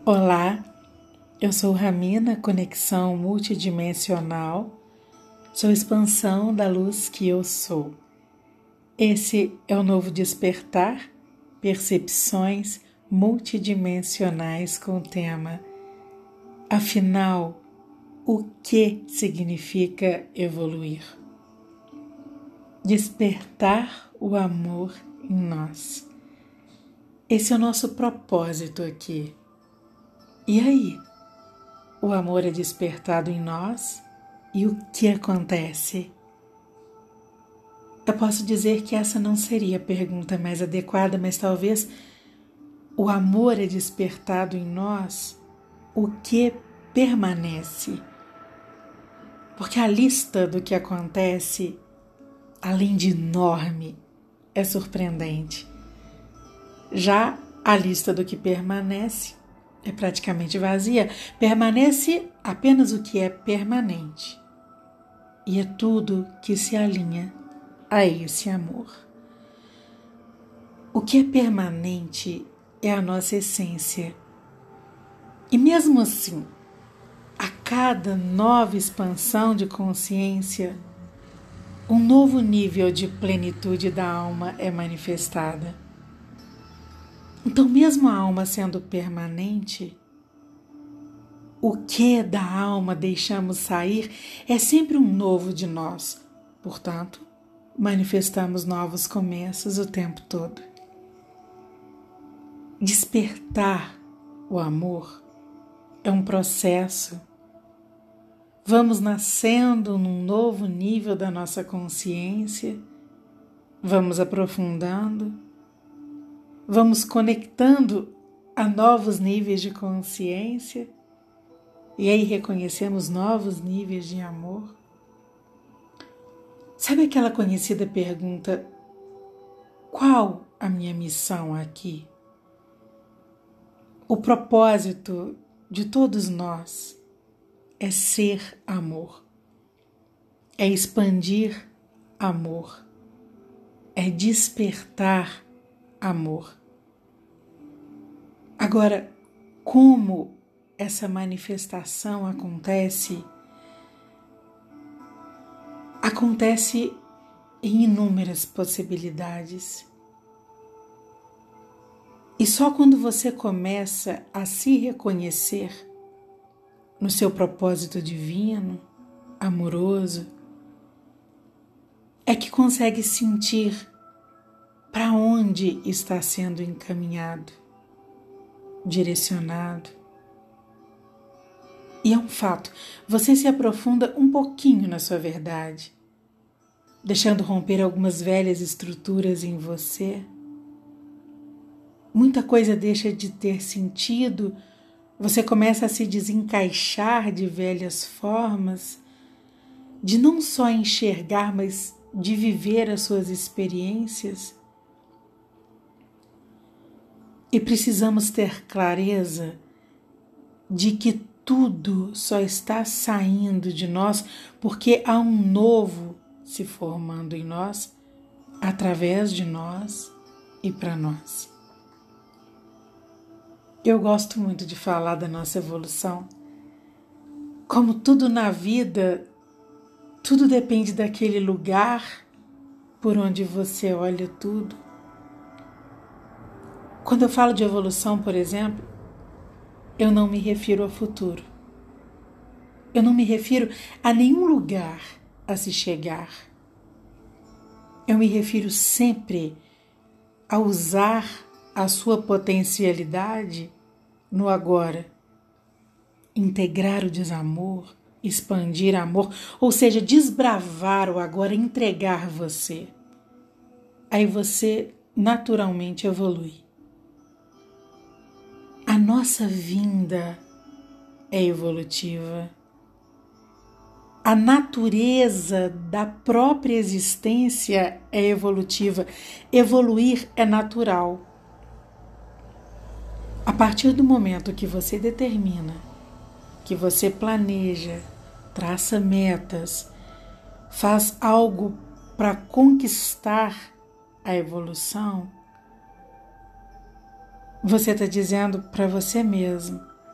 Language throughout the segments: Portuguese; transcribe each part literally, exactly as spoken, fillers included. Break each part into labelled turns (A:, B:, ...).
A: Olá, eu sou Ramina, conexão multidimensional, sou expansão da luz que eu sou. Esse é o novo despertar, percepções multidimensionais com o tema. Afinal, o que significa evoluir? Despertar o amor em nós. Esse é o nosso propósito aqui. E aí? O amor é despertado em nós e o que acontece? Eu posso dizer que essa não seria a pergunta mais adequada, mas talvez o amor é despertado em nós, o que permanece? Porque a lista do que acontece, além de enorme, é surpreendente. Já a lista do que permanece é praticamente vazia. Permanece apenas o que é permanente. E é tudo que se alinha a esse amor. O que é permanente é a nossa essência. E mesmo assim, a cada nova expansão de consciência, um novo nível de plenitude da alma é manifestada. Então, mesmo a alma sendo permanente, o que da alma deixamos sair é sempre um novo de nós. Portanto, manifestamos novos começos o tempo todo. Despertar o amor é um processo. Vamos nascendo num novo nível da nossa consciência, vamos aprofundando, vamos conectando a novos níveis de consciência e aí reconhecemos novos níveis de amor. Sabe aquela conhecida pergunta: qual a minha missão aqui? O propósito de todos nós é ser amor, é expandir amor, é despertar amor. Agora, como essa manifestação acontece? Acontece em inúmeras possibilidades. E só quando você começa a se reconhecer no seu propósito divino, amoroso, é que consegue sentir para onde está sendo encaminhado, direcionado. E é um fato, você se aprofunda um pouquinho na sua verdade, deixando romper algumas velhas estruturas em você. Muita coisa deixa de ter sentido, você começa a se desencaixar de velhas formas, de não só enxergar, mas de viver as suas experiências. E precisamos ter clareza de que tudo só está saindo de nós porque há um novo se formando em nós, através de nós e para nós. Eu gosto muito de falar da nossa evolução. Como tudo na vida, tudo depende daquele lugar por onde você olha tudo. Quando eu falo de evolução, por exemplo, eu não me refiro ao futuro. Eu não me refiro a nenhum lugar a se chegar. Eu me refiro sempre a usar a sua potencialidade no agora. Integrar o desamor, expandir amor, ou seja, desbravar o agora, entregar você. Aí você naturalmente evolui. A nossa vinda é evolutiva. A natureza da própria existência é evolutiva. Evoluir é natural. A partir do momento que você determina, que você planeja, traça metas, faz algo para conquistar a evolução, você está dizendo para você mesmo: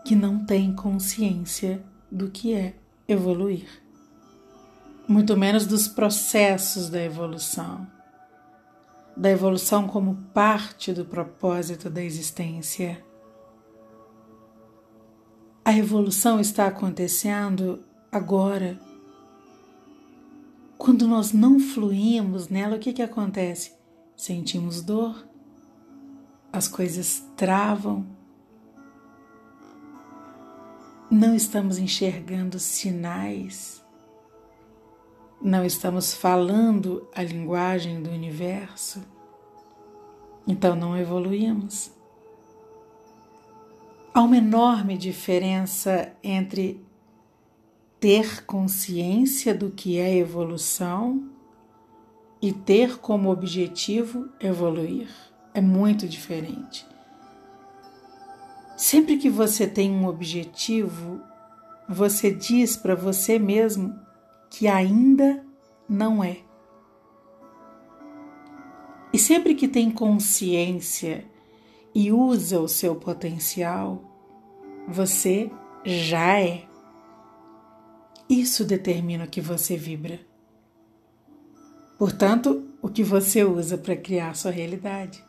A: que não tem consciência do que é evoluir, muito menos dos processos da evolução, da evolução como parte do propósito da existência. A evolução está acontecendo agora. Quando nós não fluímos nela, o que que acontece? Sentimos dor, as coisas travam, não estamos enxergando sinais, não estamos falando a linguagem do universo, então não evoluímos. Há uma enorme diferença entre ter consciência do que é evolução e ter como objetivo evoluir. É muito diferente. Sempre que você tem um objetivo, você diz para você mesmo que ainda não é. E sempre que tem consciência e usa o seu potencial, você já é. Isso determina o que você vibra. Portanto, o que você usa para criar a sua realidade.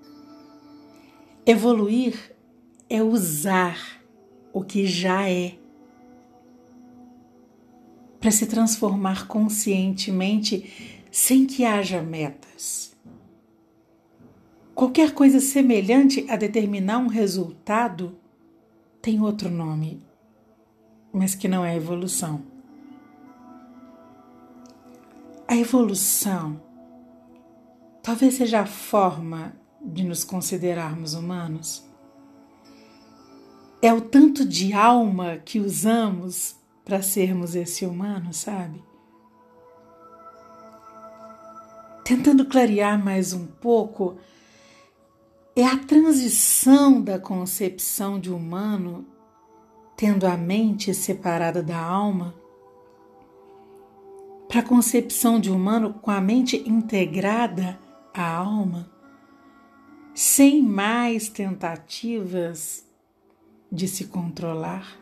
A: Evoluir é usar o que já é para se transformar conscientemente sem que haja metas. Qualquer coisa semelhante a determinar um resultado tem outro nome, mas que não é evolução. A evolução talvez seja a forma de nos considerarmos humanos. É o tanto de alma que usamos para sermos esse humano, sabe? Tentando clarear mais um pouco, é a transição da concepção de humano, tendo a mente separada da alma, para a concepção de humano com a mente integrada à alma, sem mais tentativas de se controlar.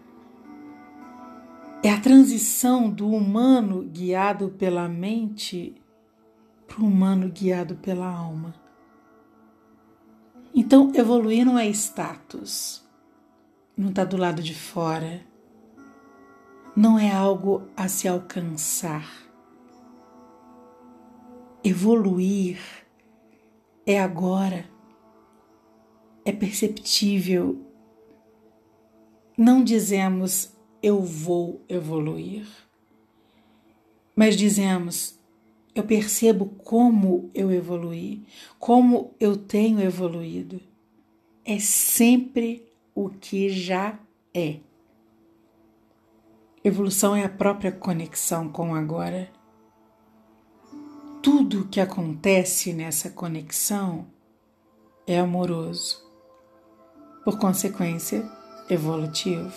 A: É a transição do humano guiado pela mente para o humano guiado pela alma. Então, evoluir não é status, não está do lado de fora, não é algo a se alcançar. Evoluir é agora, é perceptível. Não dizemos eu vou evoluir, mas dizemos eu percebo como eu evoluí, como eu tenho evoluído. É sempre o que já é. Evolução é a própria conexão com o agora. Tudo o que acontece nessa conexão é amoroso, por consequência, evolutivo.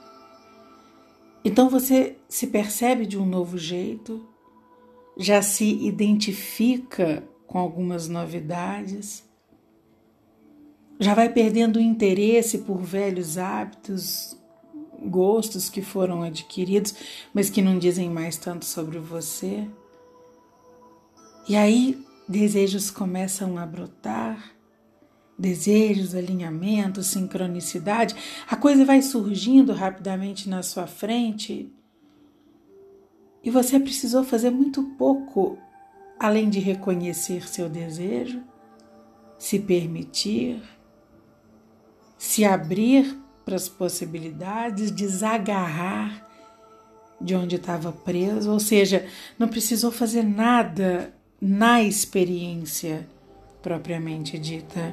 A: Então você se percebe de um novo jeito, já se identifica com algumas novidades, já vai perdendo o interesse por velhos hábitos, gostos que foram adquiridos, mas que não dizem mais tanto sobre você. E aí desejos começam a brotar, desejos, alinhamento, sincronicidade, a coisa vai surgindo rapidamente na sua frente e você precisou fazer muito pouco, além de reconhecer seu desejo, se permitir, se abrir para as possibilidades, desagarrar de onde estava preso, ou seja, não precisou fazer nada na experiência propriamente dita.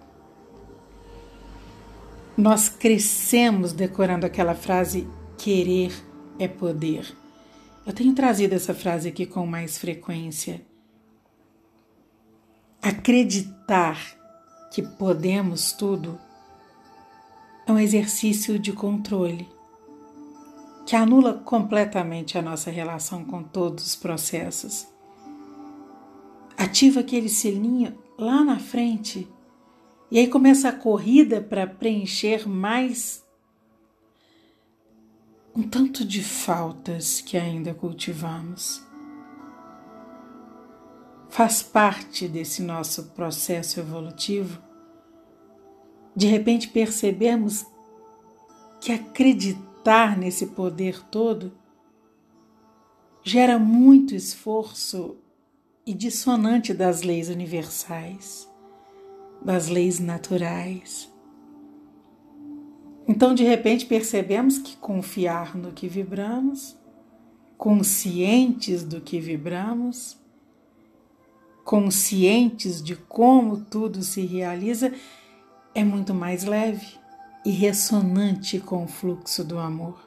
A: Nós crescemos decorando aquela frase, querer é poder. Eu tenho trazido essa frase aqui com mais frequência. Acreditar que podemos tudo é um exercício de controle que anula completamente a nossa relação com todos os processos. Ativa aquele selinho lá na frente e aí começa a corrida para preencher mais um tanto de faltas que ainda cultivamos. Faz parte desse nosso processo evolutivo, de repente percebermos que acreditar nesse poder todo gera muito esforço e dissonante das leis universais, das leis naturais. Então, de repente, percebemos que confiar no que vibramos, conscientes do que vibramos, conscientes de como tudo se realiza, é muito mais leve e ressonante com o fluxo do amor.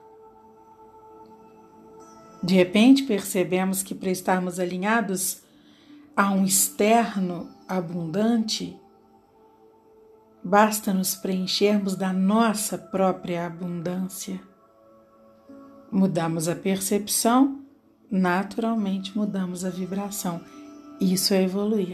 A: De repente, percebemos que para estarmos alinhados a um externo abundante, basta nos preenchermos da nossa própria abundância. Mudamos a percepção, naturalmente mudamos a vibração. Isso é evoluir.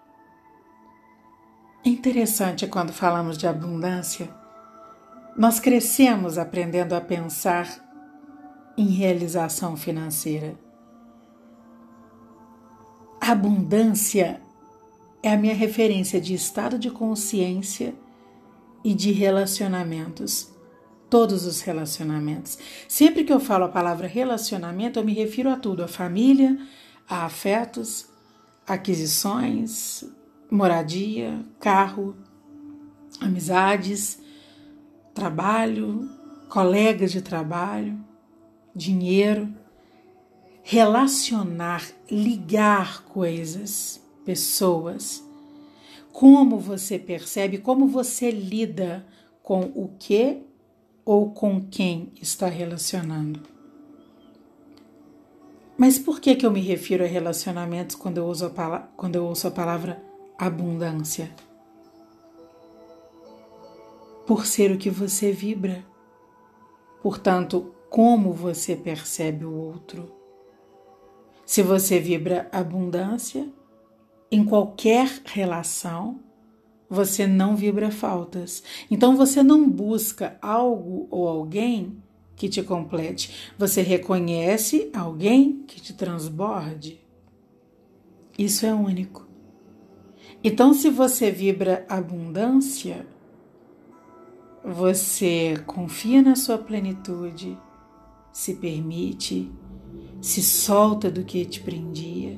A: É interessante quando falamos de abundância, nós crescemos aprendendo a pensar em realização financeira. A abundância é a minha referência de estado de consciência e de relacionamentos. Todos os relacionamentos. Sempre que eu falo a palavra relacionamento, eu me refiro a tudo: a família, a afetos, aquisições, moradia, carro, amizades, trabalho, colegas de trabalho, dinheiro. Relacionar, ligar coisas, pessoas. Como você percebe, como você lida com o que ou com quem está relacionando. Mas por que que eu me refiro a relacionamentos quando eu uso a palavra, quando eu ouço a palavra abundância? Por ser o que você vibra. Portanto, como você percebe o outro. Se você vibra abundância, em qualquer relação, você não vibra faltas. Então você não busca algo ou alguém que te complete. Você reconhece alguém que te transborde. Isso é único. Então, se você vibra abundância, você confia na sua plenitude, se permite, se solta do que te prendia,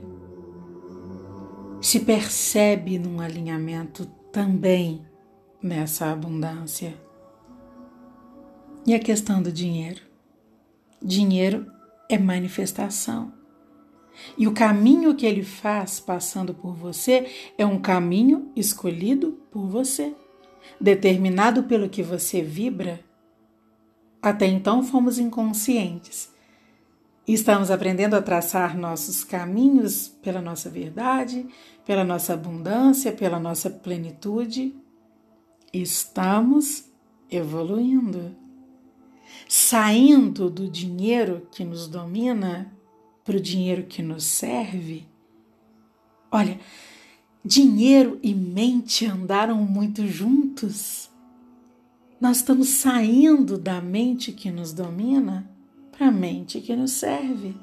A: se percebe num alinhamento também nessa abundância. E a questão do dinheiro? Dinheiro é manifestação. E o caminho que ele faz passando por você é um caminho escolhido por você, determinado pelo que você vibra. Até então fomos inconscientes. E estamos aprendendo a traçar nossos caminhos pela nossa verdade, pela nossa abundância, pela nossa plenitude. Estamos evoluindo. Saindo do dinheiro que nos domina para o dinheiro que nos serve. Olha, dinheiro e mente andaram muito juntos. Nós estamos saindo da mente que nos domina para a mente que nos serve.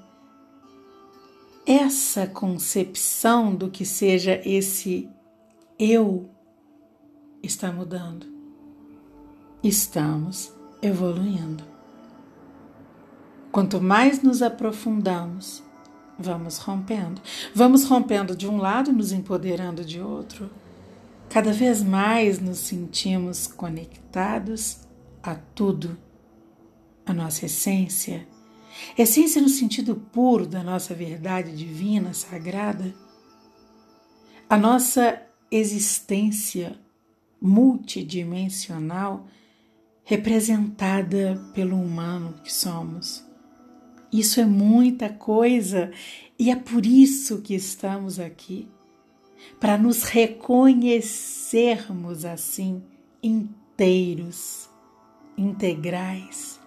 A: Essa concepção do que seja esse eu está mudando. Estamos evoluindo. Quanto mais nos aprofundamos, vamos rompendo. Vamos rompendo de um lado, nos empoderando de outro. Cada vez mais nos sentimos conectados a tudo. A nossa essência, essência no sentido puro da nossa verdade divina, sagrada. A nossa existência multidimensional representada pelo humano que somos. Isso é muita coisa e é por isso que estamos aqui, para nos reconhecermos assim, inteiros, integrais,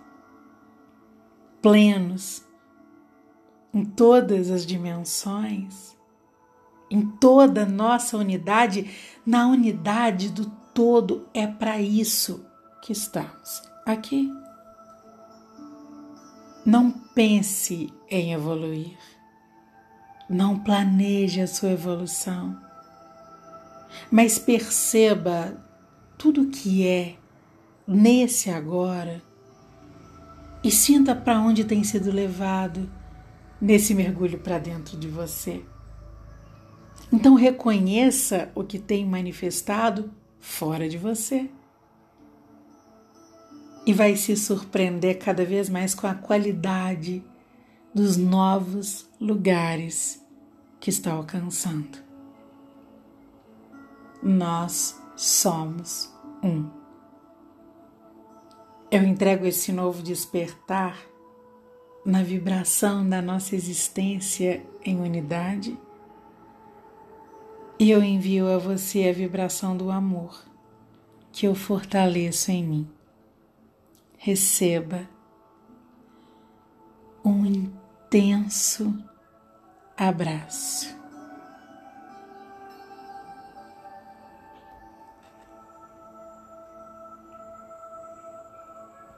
A: plenos, em todas as dimensões, em toda a nossa unidade, na unidade do todo. É para isso que estamos aqui. Não pense em evoluir. Não planeje a sua evolução. Mas perceba tudo o que é nesse agora e sinta para onde tem sido levado nesse mergulho para dentro de você. Então reconheça o que tem manifestado fora de você e vai se surpreender cada vez mais com a qualidade dos novos lugares que está alcançando. Nós somos um. Eu entrego esse novo despertar na vibração da nossa existência em unidade e eu envio a você a vibração do amor que eu fortaleço em mim. Receba um intenso abraço.